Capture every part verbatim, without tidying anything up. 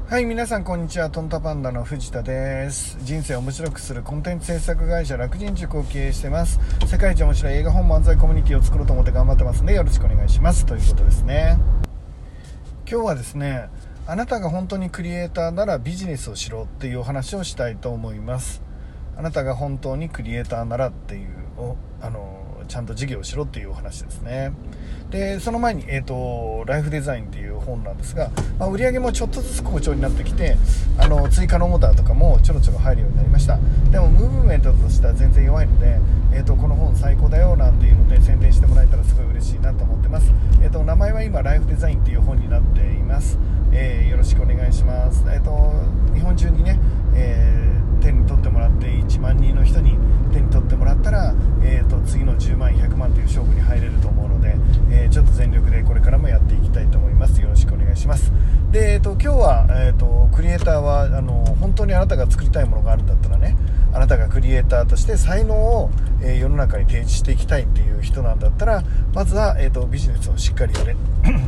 はい、皆さんこんにちは。トンタパンダの藤田です。人生を面白くするコンテンツ制作会社楽人塾を経営してます。世界一面白い映画本漫才コミュニティを作ろうと思って頑張ってますのでよろしくお願いしますということですね。今日はですね、あなたが本当にクリエイターならビジネスをしろっていうお話をしたいと思います。あなたが本当にクリエイターならっていうあのちゃんと事業をしろっていうお話ですね。でその前に、えーと、ライフデザインっていう本なんですが、まあ、売り上げもちょっとずつ好調になってきて、あの追加のオーダーとかもちょろちょろ入るようになりました。でもムーブメントとしては全然弱いので、えーと、この本最高だよなんていうので宣伝してもらえたらすごい嬉しいなと思ってます。えーと、名前は今ライフデザインっていう本になっています。えー、よろしくお願いします。えーと、日本中にね、えー、手に取ってもらっていちまんにんの人に手に取ってもらったら、えーと、次のじゅうまんひゃくまんという勝負に入れると思うので、えー、ちょっと全力でこれからもやっていきたいと思います。よろしくお願いします。で、えーと、今日は、えーと、クリエイターはあの本当にあなたが作りたいものがあるんだったらね、あなたがクリエイターとして才能を、えー、世の中に提示していきたいっていう人なんだったら、まずは、えーと、ビジネスをしっかりやれ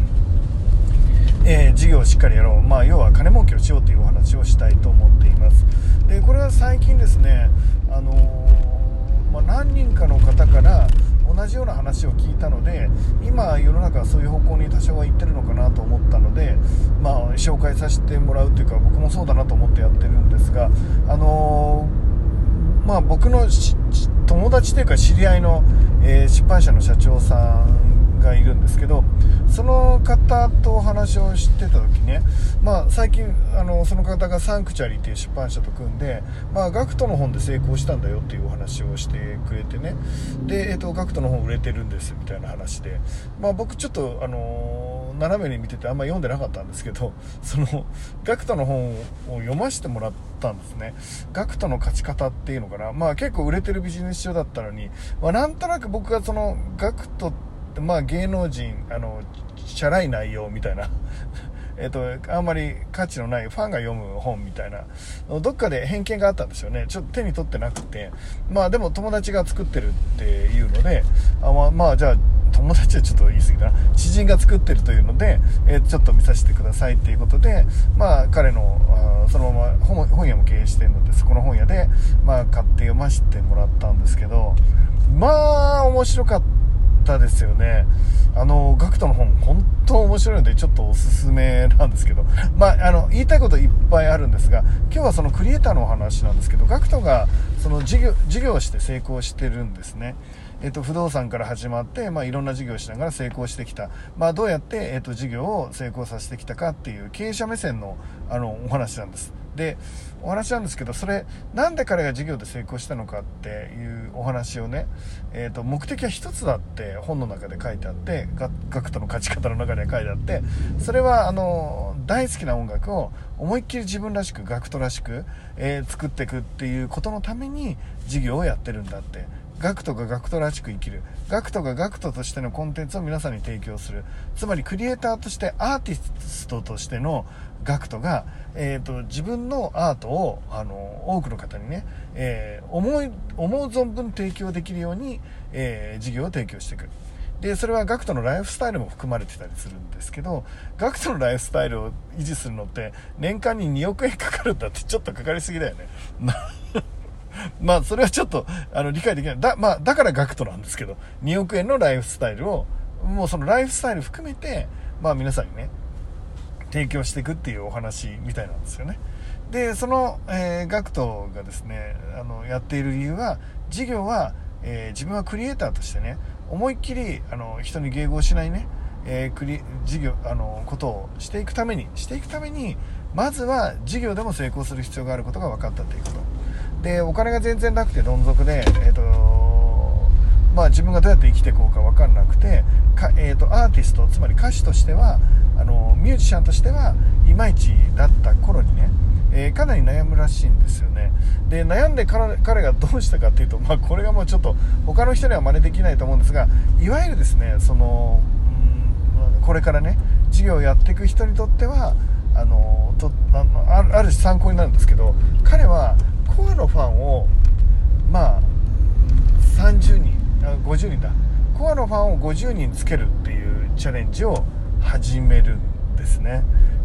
えー、事業をしっかりやろう、まあ、要は金儲けをしようというお話をしたいと思っています。でこれは最近ですね、あのーまあ、何人かの方から同じような話を聞いたので、今世の中はそういう方向に多少は行ってるのかなと思ったので、まあ、紹介させてもらうというか、僕もそうだなと思ってやってるんですが、あのーまあ、僕の友達というか知り合いの、えー、出版社の社長さんがいるんですけど、その方とお話をしてた時ね、まあ、最近あのその方がサンクチュアリーっていう出版社と組んで、まあ、ガクトの本で成功したんだよっていうお話をしてくれてね、で、えっと、ガクトの本売れてるんですみたいな話で、まあ、僕ちょっとあの斜めに見ててあんま読んでなかったんですけど、そのガクトの本を読ませてもらったんですね。ガクトの勝ち方っていうのかな、まあ、結構売れてるビジネス書だったのに、まあ、なんとなく僕がそのガクトってまあ芸能人あのチャラい内容みたいなえっとあんまり価値のないファンが読む本みたいなどっかで偏見があったんですよね。ちょっと手に取ってなくて、まあでも友達が作ってるっていうので、あ、まあ、まあじゃあ友達はちょっと言い過ぎだな、知人が作ってるというので、えー、ちょっと見させてくださいっていうことで、まあ彼のあそのまま 本, 本屋も経営してるので、そこの本屋で、まあ、買って読ませてもらったんですけど、まあ面白かったですよね。あのガクトの本本当面白いのでちょっとおすすめなんですけど、まあ、あの言いたいこといっぱいあるんですが、今日はそのクリエイターのお話なんですけど、ガクトがその事業、事業をして成功してるんですね。えっと、不動産から始まって、まあ、いろんな事業をしながら成功してきた、まあ、どうやって、えっと、事業を成功させてきたかっていう経営者目線の、あのお話なんです。でお話なんですけど、それなんで彼が事業で成功したのかっていうお話をね、えーと、目的は一つだって本の中で書いてあって、ガクトの勝ち方の中で書いてあって、それはあの大好きな音楽を思いっきり自分らしくガクトらしく、えー、作っていくっていうことのために事業をやってるんだって。ガクトがガクトらしく生きる、ガクトがガクトとしてのコンテンツを皆さんに提供する、つまりクリエイターとしてアーティストとしてのガクトが、えーと、自分のアートをあの多くの方にね、えー、思い思う存分提供できるように、えー、事業を提供していく。でそれはガクトのライフスタイルも含まれてたりするんですけど、ガクトのライフスタイルを維持するのって年間ににおくえんかかるんだって、ちょっとかかりすぎだよねまあそれはちょっとあの理解できない。だ、まあ、だからガクトなんですけど、におくえんのライフスタイルをもうそのライフスタイル含めて、まあ、皆さんにね提供していくっていうお話みたいなんですよね。でその、えー、ガクトがですねあのやっている理由は、事業は、えー、自分はクリエイターとしてね、思いっきりあの人に迎合しないね、えー、クリ事業あのことをしていくためにしていくためにまずは事業でも成功する必要があることが分かったということで、お金が全然なくてどん底で、えーとまあ、自分がどうやって生きていこうか分かんなくてか、えーと、アーティスト、つまり歌手としてはあのミュージシャンとしてはいまいちだった頃にね、えー、かなり悩むらしいんですよね。で悩んで彼、彼がどうしたかっていうと、まあ、これがもうちょっと他の人には真似できないと思うんですが、いわゆるですねそのうんこれからね事業をやっていく人にとってはあのとあのある、ある種参考になるんですけど、彼はコアのファンをまあさんじゅうにんあごじゅうにんだコアのファンをごじゅうにんつけるっていうチャレンジを始めるんですね。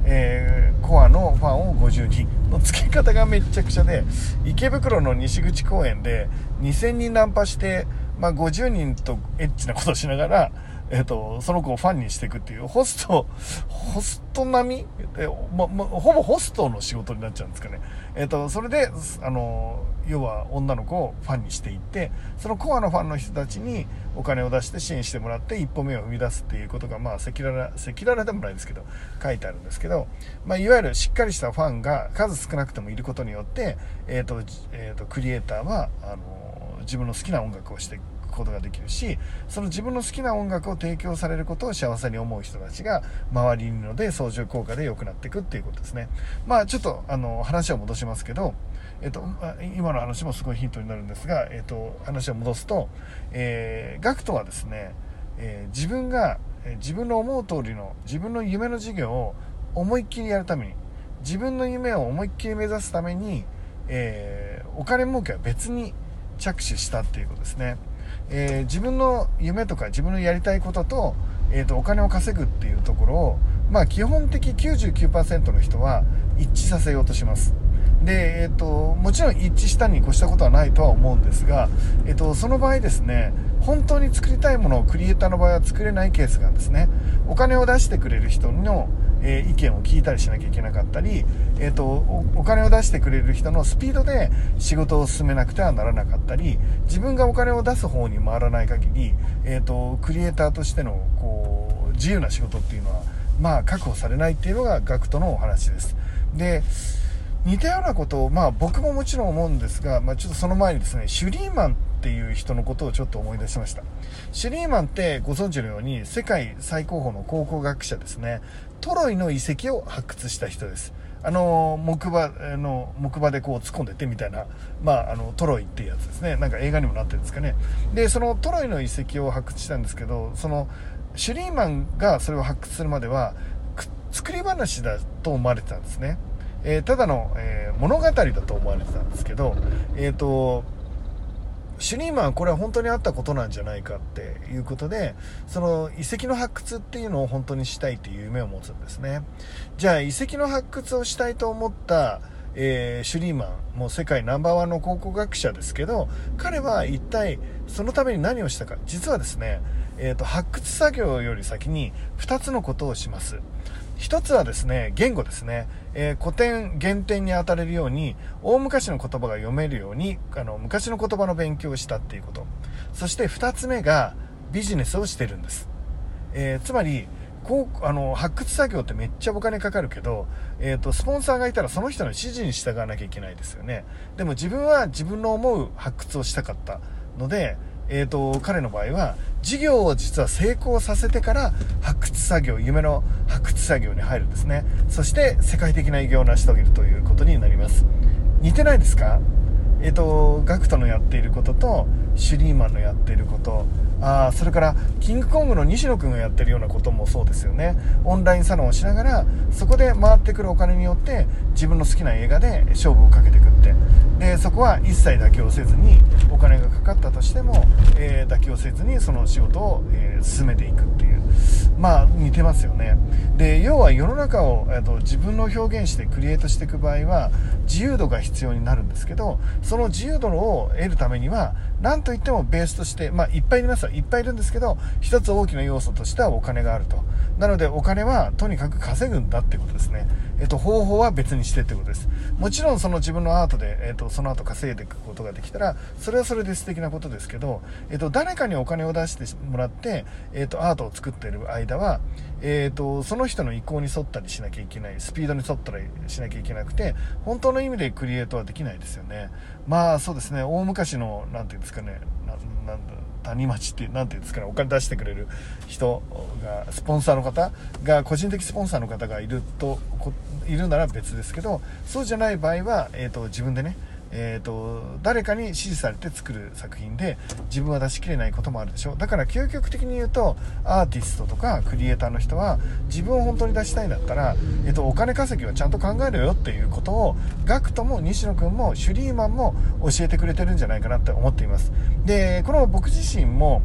えー、コアのファンをごじゅうにんの付け方がめっちゃくちゃで、池袋の西口公園でにせんにんナンパして、まあ、ごじゅうにんとエッチなことをしながら、えー、とその子をファンにしていくっていうホストホスト並みで、まま、ほぼホストの仕事になっちゃうんですかね。えー、とそれであの要は女の子をファンにしていって、そのコアのファンの人たちにお金を出して支援してもらって一歩目を踏み出すっていうことが、まあ赤裸々赤裸々でもないですけど書いてあるんですけど、まあ、いわゆるしっかりしたファンが数少なくてもいることによって、えーとえー、とクリエイターはあの自分の好きな音楽をしていくことができるし、その自分の好きな音楽を提供されることを幸せに思う人たちが周りにいるので、相乗効果で良くなっていくっていうことですね。まあちょっとあの話を戻しますけど、えっと、今の話もすごいヒントになるんですが、えっと、話を戻すと、えー、ガクトはですね、えー、自分が自分の思う通りの自分の夢の事業を思いっきりやるために、自分の夢を思いっきり目指すために、えー、お金儲けは別に着手したっていうことですね。えー、自分の夢とか自分のやりたいことと、えーと、お金を稼ぐっていうところを、まあ、基本的 きゅうじゅうきゅうパーセント の人は一致させようとします。で、えーと、もちろん一致したに越したことはないとは思うんですが、えーと、その場合ですね、本当に作りたいものをクリエイターの場合は作れないケースがあるんですね。お金を出してくれる人の、えー、意見を聞いたりしなきゃいけなかったり、えーと、お, お金を出してくれる人のスピードで仕事を進めなくてはならなかったり、自分がお金を出す方に回らない限り、えーと、クリエイターとしてのこう自由な仕事っていうのは、まあ、確保されないっていうのがガクトのお話です。で、似たようなことを、まあ、僕ももちろん思うんですが、まあ、ちょっとその前にですね、シュリーマンっていう人のことをちょっと思い出しました。シュリーマンってご存知のように世界最高峰の考古学者ですね。トロイの遺跡を発掘した人です。あの木馬の木馬でこう突っ込んでってみたいな、まあ、あのトロイっていうやつですね。なんか映画にもなってるんですかね。で、そのトロイの遺跡を発掘したんですけど、そのシュリーマンがそれを発掘するまでは作り話だと思われてたんですね。えー、ただの、えー、物語だと思われてたんですけど、えーとシュリーマンはこれは本当にあったことなんじゃないかっていうことで、その遺跡の発掘っていうのを本当にしたいっていう夢を持つんですね。じゃあ遺跡の発掘をしたいと思った、えー、シュリーマンもう世界ナンバーワンの考古学者ですけど、彼は一体そのために何をしたか。実はですね、えーと、発掘作業より先にふたつのことをします。一つはですね、言語ですね、えー、古典原典に当たれるように大昔の言葉が読めるようにあの昔の言葉の勉強をしたっていうこと。そして二つ目がビジネスをしてるんです。えー、つまりこうあの発掘作業ってめっちゃお金かかるけど、えーと、スポンサーがいたらその人の指示に従わなきゃいけないですよね。でも自分は自分の思う発掘をしたかったので、えーと、彼の場合は事業を実は成功させてから発掘作業、夢の発掘作業に入るんですね。そして世界的な偉業を成し遂げるということになります。似てないですか？えーと、ガクトのやっていることとシュリーマンのやっていること、あそれからキングコングの西野君がやってるようなこともそうですよね。オンラインサロンをしながらそこで回ってくるお金によって自分の好きな映画で勝負をかけていくって、でそこは一切妥協せずにお金がかかったとしても、えー、妥協せずにその仕事を、えー、進めていくっていう、まあ似てますよね。で要は世の中を、えー、と自分の表現してクリエイトしていく場合は自由度が必要になるんですけど、その自由度を得るためには何といってもベースとして、まあいっぱいいますよ、いっぱいいるんですけど、一つ大きな要素としてはお金があると。なのでお金はとにかく稼ぐんだってことですね。えっと方法は別にしてってことです。もちろんその自分のアートで、えっと、その後稼いでいくことができたらそれはそれで素敵なことですけど、えっと、誰かにお金を出してもらって、えっと、アートを作っている間は、えっと、その人の意向に沿ったりしなきゃいけない、スピードに沿ったりしなきゃいけなくて、本当の意味でクリエイトはできないですよね。まあそうですね、大昔のなんていうんですかね、ななんだ谷町ってなんていうんですかね、お金出してくれる人がスポンサーの方が個人的スポンサーの方がいるといるなら別ですけど、そうじゃない場合は、えーと、自分でね、えーと、誰かに指示されて作る作品で自分は出しきれないこともあるでしょ。だから究極的に言うとアーティストとかクリエイターの人は自分を本当に出したいんだったら、えーと、お金稼ぎはちゃんと考えるよっていうことをガクトも西野君もシュリーマンも教えてくれてるんじゃないかなって思っています。でこの僕自身も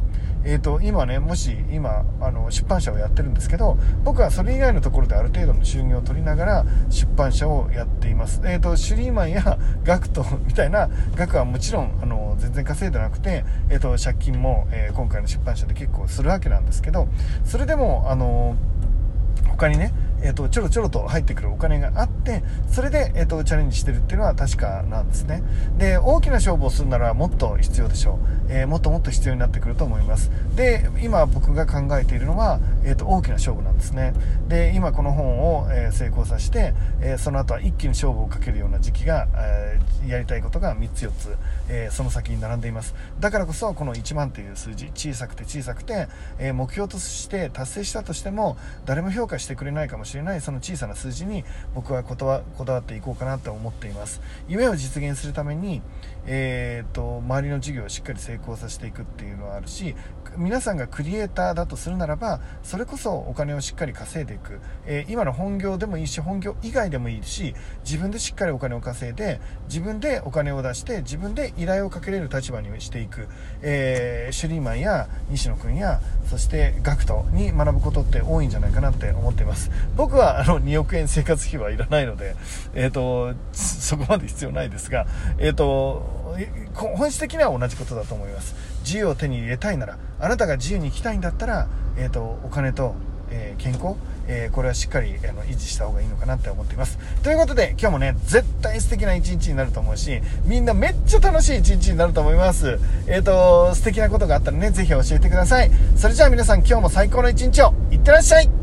えー、と今ねもし今あの出版社をやってるんですけど、僕はそれ以外のところである程度の収入を取りながら出版社をやっています。えー、とシュリーマンやガクトみたいな額はもちろんあの全然稼いでなくて、えー、と借金も、えー、今回の出版社で結構するわけなんですけど、それでもあの他にねえー、とちょろちょろと入ってくるお金があって、それで、えー、とチャレンジしてるっていうのは確かなんですね。で大きな勝負をするならもっと必要でしょう、えー、もっともっと必要になってくると思います。で今僕が考えているのは、えー、と大きな勝負なんですね。で今この本を、えー、成功させて、えー、その後は一気に勝負をかけるような時期が、えー、やりたいことがみっつよっつ、えー、その先に並んでいます。だからこそこのいちまんという数字、小さくて小さくて、えー、目標として達成したとしても誰も評価してくれないかもしれないその小さな数字に僕はこだわ、こだわっていこうかなと思っています。夢を実現するために、えー、と周りの事業をしっかり成功させていくっていうのはあるし、皆さんがクリエイターだとするならばそれこそお金をしっかり稼いでいく、えー、今の本業でもいいし本業以外でもいいし、自分でしっかりお金を稼いで自分でお金を出して自分で依頼をかけれる立場にしていく、えー、シュリーマンや西野君やそしてガクトに学ぶことって多いんじゃないかなって思っています。僕はあのにおくえん生活費はいらないので、えー、とそこまで必要ないですが、えー、と本質的には同じことだと思います。自由を手に入れたいなら、あなたが自由に生きたいんだったら、えー、とお金と、えー、健康、えー、これはしっかりあの維持した方がいいのかなって思っています。ということで今日もね絶対素敵な一日になると思うし、みんなめっちゃ楽しい一日になると思います。えー、と素敵なことがあったらねぜひ教えてください。それじゃあ皆さん今日も最高の一日をいってらっしゃい。